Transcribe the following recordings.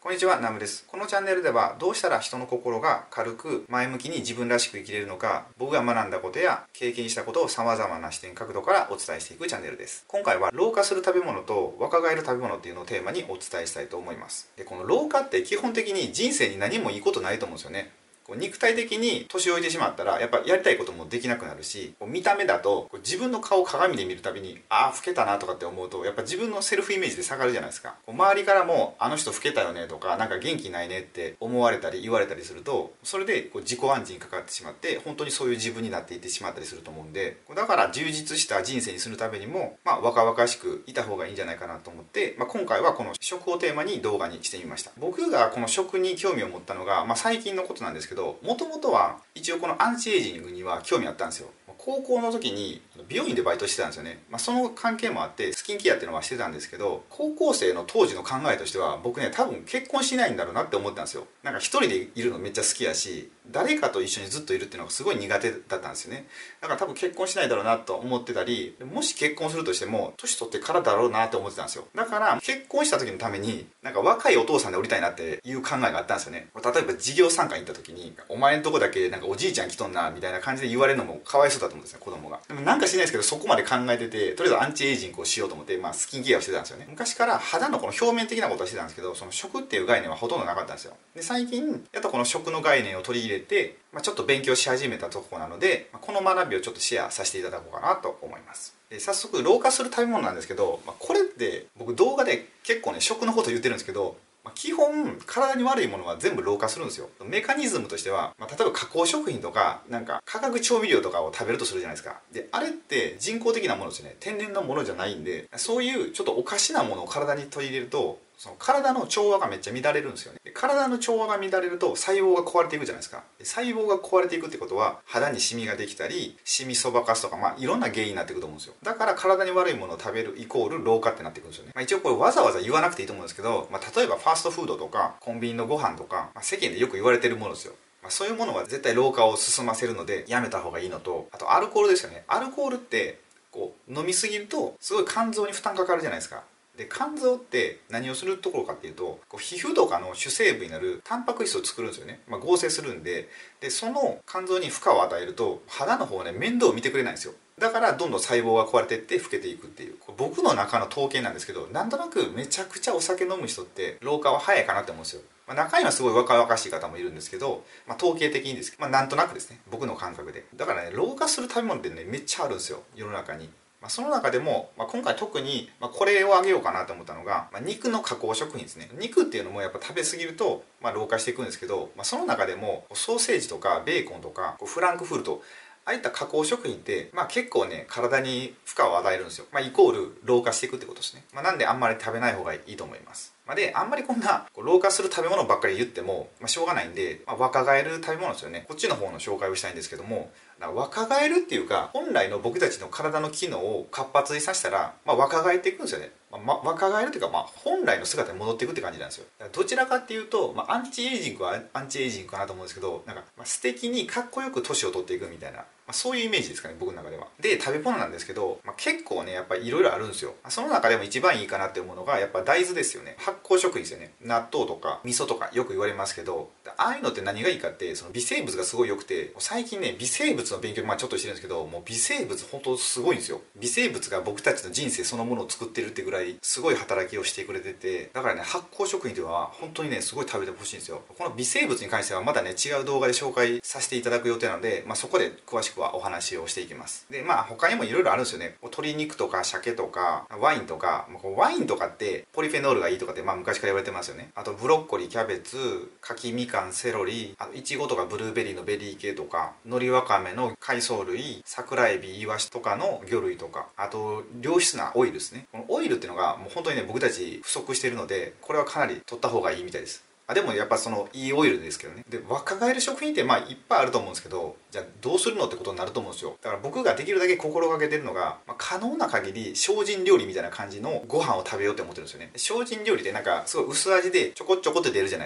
こんにちは、ナムです。このチャンネルではどうしたら人の心が軽く前向きに自分らしく生きれるのか、僕が学んだことや経験したことを様々な視点角度からお伝えしていくチャンネルです。今回は老化する食べ物と若返る食べ物っていうのをテーマにお伝えしたいと思います。で、この老化って基本的に人生に何もいいことないと思うんですよね。肉体的に年老いてしまったらやっぱやりたいこともできなくなるし、見た目だと自分の顔を鏡で見るたびにああ老けたなとかって思うとやっぱ自分のセルフイメージで下がるじゃないですか。周りからもあの人老けたよねとかなんか元気ないねって思われたり言われたりすると、それで自己暗示にかかってしまって本当にそういう自分になっていってしまったりすると思うんで、だから充実した人生にするためにも若々しくいた方がいいんじゃないかなと思って、今回はこの食をテーマに動画にしてみました。僕がこの食に興味を持ったのが、最近のことなんですけど、もともとは一応このアンチエイジングには興味あったんですよ。高校の時に美容院でバイトしてたんですよね。その関係もあってスキンケアっていうのはしてたんですけど、高校生の当時の考えとしては僕ね、多分結婚しないんだろうなって思ってたんですよ。なんか一人でいるのめっちゃ好きやし、誰かと一緒にずっといるっていうのがすごい苦手だったんですよね。だから多分結婚しないだろうなと思ってたり、もし結婚するとしても年取ってからだろうなって思ってたんですよ。だから結婚した時のためになんか若いお父さんでおりたいなっていう考えがあったんですよね。例えば事業参加に行った時にお前んとこだけなんかおじいちゃん来とんなみたいな感じで言われるのもかわいそうだと思うんですよ、子供が。でもなんか知らないですけど、そこまで考えてて、とりあえずアンチエイジングをしようと思って、スキンケアをしてたんですよね。昔から肌のこの表面的なことはしてたんですけど、その食っていう概念はほとんどなかったんですよ。で、最近やっとこの食の概念を取り入れて、ちょっと勉強し始めたところなので、この学びをちょっとシェアさせていただこうかなと思います。で、早速老化する食べ物なんですけど、これって僕動画で結構ね食のこと言ってるんですけど、基本体に悪いものは全部老化するんですよ。メカニズムとしては、例えば加工食品とかなんか化学調味料とかを食べるとするじゃないですか。で、あれって人工的なものですよね。天然のものじゃないんで、そういうちょっとおかしなものを体に取り入れると、その体の調和がめっちゃ乱れるんですよね。体の調和が乱れると細胞が壊れていくじゃないですか。細胞が壊れていくってことは肌にシミができたり、シミそばかすとか、いろんな原因になっていくと思うんですよ。だから体に悪いものを食べるイコール老化ってなっていくんですよね。一応これわざわざ言わなくていいと思うんですけど、例えばファーストフードとかコンビニのご飯とか、世間でよく言われてるものですよ。そういうものは絶対老化を進ませるのでやめた方がいいのと、あとアルコールですよね。アルコールって飲みすぎるとすごい肝臓に負担かかるじゃないですか。で、肝臓って何をするところかっていうと、皮膚とかの主成分になるタンパク質を作るんですよね。合成するんで、その肝臓に負荷を与えると肌の方はね、面倒を見てくれないんですよ。だからどんどん細胞が壊れていって老けていくっていう、僕の中の統計なんですけど、なんとなくめちゃくちゃお酒飲む人って老化は早いかなって思うんですよ。中にはすごい若々しい方もいるんですけど、統計的にですけど、なんとなくですね、僕の感覚で。だからね、老化する食べ物ってね、めっちゃあるんですよ、世の中に。その中でも、今回特にこれをあげようかなと思ったのが、肉の加工食品ですね。肉っていうのもやっぱ食べ過ぎると、老化していくんですけど、その中でもソーセージとかベーコンとかフランクフルト、ああいった加工食品って、結構ね、体に負荷を与えるんですよ。イコール老化していくってことですね。なんであんまり食べない方がいいと思います。で、あんまりこんな老化する食べ物ばっかり言っても、しょうがないんで、若返る食べ物ですよね。こっちの方の紹介をしたいんですけども、若返るっていうか、本来の僕たちの体の機能を活発にさせたら、若返っていくんですよね。若返るっていうか、本来の姿に戻っていくって感じなんですよ。どちらかっていうと、アンチエイジングはアンチエイジングかなと思うんですけど、素敵にかっこよく年を取っていくみたいな、そういうイメージですかね、僕の中では。で、食べ物なんですけど、結構ね、やっぱりいろいろあるんですよ。その中でも一番いいかなって思うのが、やっぱ大豆ですよね。発酵食品ですよね。納豆とか味噌とかよく言われますけど、ああいうのって何がいいかって、その微生物がすごい良くて、最近ね、微生物の勉強ちょっとしてるんですけど、もう微生物本当すごいんですよ。微生物が僕たちの人生そのものを作ってるってぐらいすごい働きをしてくれてて、だからね、発酵食品というのは本当にね、すごい食べてほしいんですよ。この微生物に関してはまだね、違う動画で紹介させていただく予定なので、そこで詳しくはお話をしていきます。で、他にもいろいろあるんですよね。鶏肉とか鮭とかワインとか、ワインとかってポリフェノールがいいとかって昔から言われてますよね。あとブロッコリー、キャベツ、柿みかん、セロリ、あとイチゴとかブルーベリーのベリー系とか、海苔わかめの海藻類、桜エビ、イワシとかの魚類とか、あと良質なオイルですね。このオイルっていうのがもう本当にね、僕たち不足しているので、これはかなり取った方がいいみたいです。でもやっぱそのいいオイルですけどね。で、若返る食品っていっぱいあると思うんですけど、じゃあどうするのってことになると思うんですよ。だから僕ができるだけ心がけてるのが、可能な限り精進料理みたいな感じのご飯を食べようって思ってるんですよね。精進料理ってなんかすごい薄味でちょこちょこって出るじゃないですか。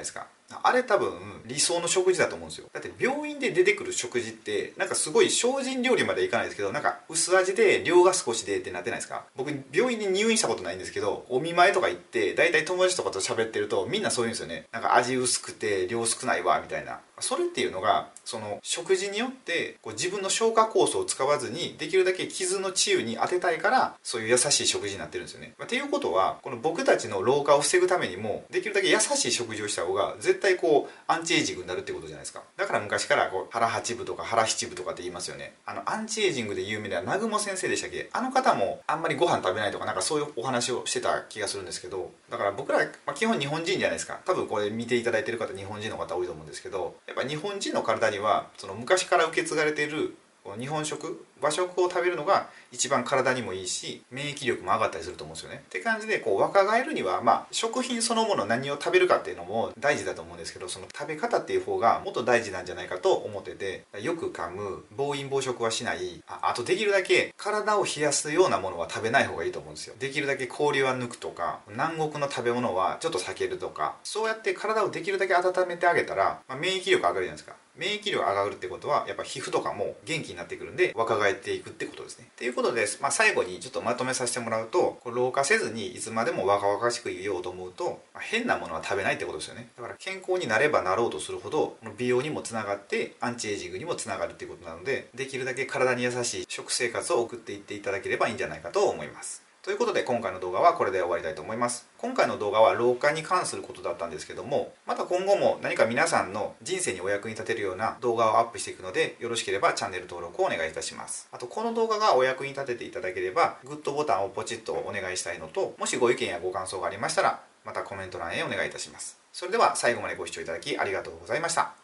あれ多分理想の食事だと思うんですよ。だって病院で出てくる食事ってなんかすごい精進料理まではいかないですけど、なんか薄味で量が少しでってなってないですか？僕病院に入院したことないんですけど、お見舞いとか行って大体友達とかと喋ってるとみんなそう言うんですよね。なんか味薄くて量少ないわみたいな。それっていうのがその食事によってこう自分の消化酵素を使わずにできるだけ傷の治癒に当てたいからそういう優しい食事になってるんですよね。っていうことはこの僕たちの老化を防ぐためにもできるだけ優しい食事をした方が絶対こうアンチエイジングになるってことじゃないですか。だから昔からこう腹八分とか腹七分とかって言いますよね。アンチエイジングで有名な南雲先生でしたっけ？あの方もあんまりご飯食べないとかなんかそういうお話をしてた気がするんですけど、だから僕ら、基本日本人じゃないですか。多分これ見ていただいてる方日本人の方多いと思うんですけど、やっぱ日本人の体にはその昔から受け継がれている日本食和食を食べるのが一番体にもいいし免疫力も上がったりすると思うんですよね。って感じでこう若返るには食品そのもの何を食べるかっていうのも大事だと思うんですけど、その食べ方っていう方がもっと大事なんじゃないかと思ってて、よく噛む、暴飲暴食はしない、あとできるだけ体を冷やすようなものは食べない方がいいと思うんですよ。できるだけ氷は抜くとか南国の食べ物はちょっと避けるとか、そうやって体をできるだけ温めてあげたら、免疫力上がるじゃないですか。免疫力が上がるってことはやっぱ皮膚とかも元気になってくるんで若返っていくってことですね。っていうことで、最後にちょっとまとめさせてもらうと、老化せずにいつまでも若々しくいようと思うと、変なものは食べないってことですよね。だから健康になればなろうとするほど美容にもつながってアンチエイジングにもつながるっていうことなので、できるだけ体に優しい食生活を送っていっていただければいいんじゃないかと思います。ということで今回の動画はこれで終わりたいと思います。今回の動画は老化に関することだったんですけども、また今後も何か皆さんの人生にお役に立てるような動画をアップしていくので、よろしければチャンネル登録をお願いいたします。あとこの動画がお役に立てていただければグッドボタンをポチッとお願いしたいのと、もしご意見やご感想がありましたらまたコメント欄へお願いいたします。それでは最後までご視聴いただきありがとうございました。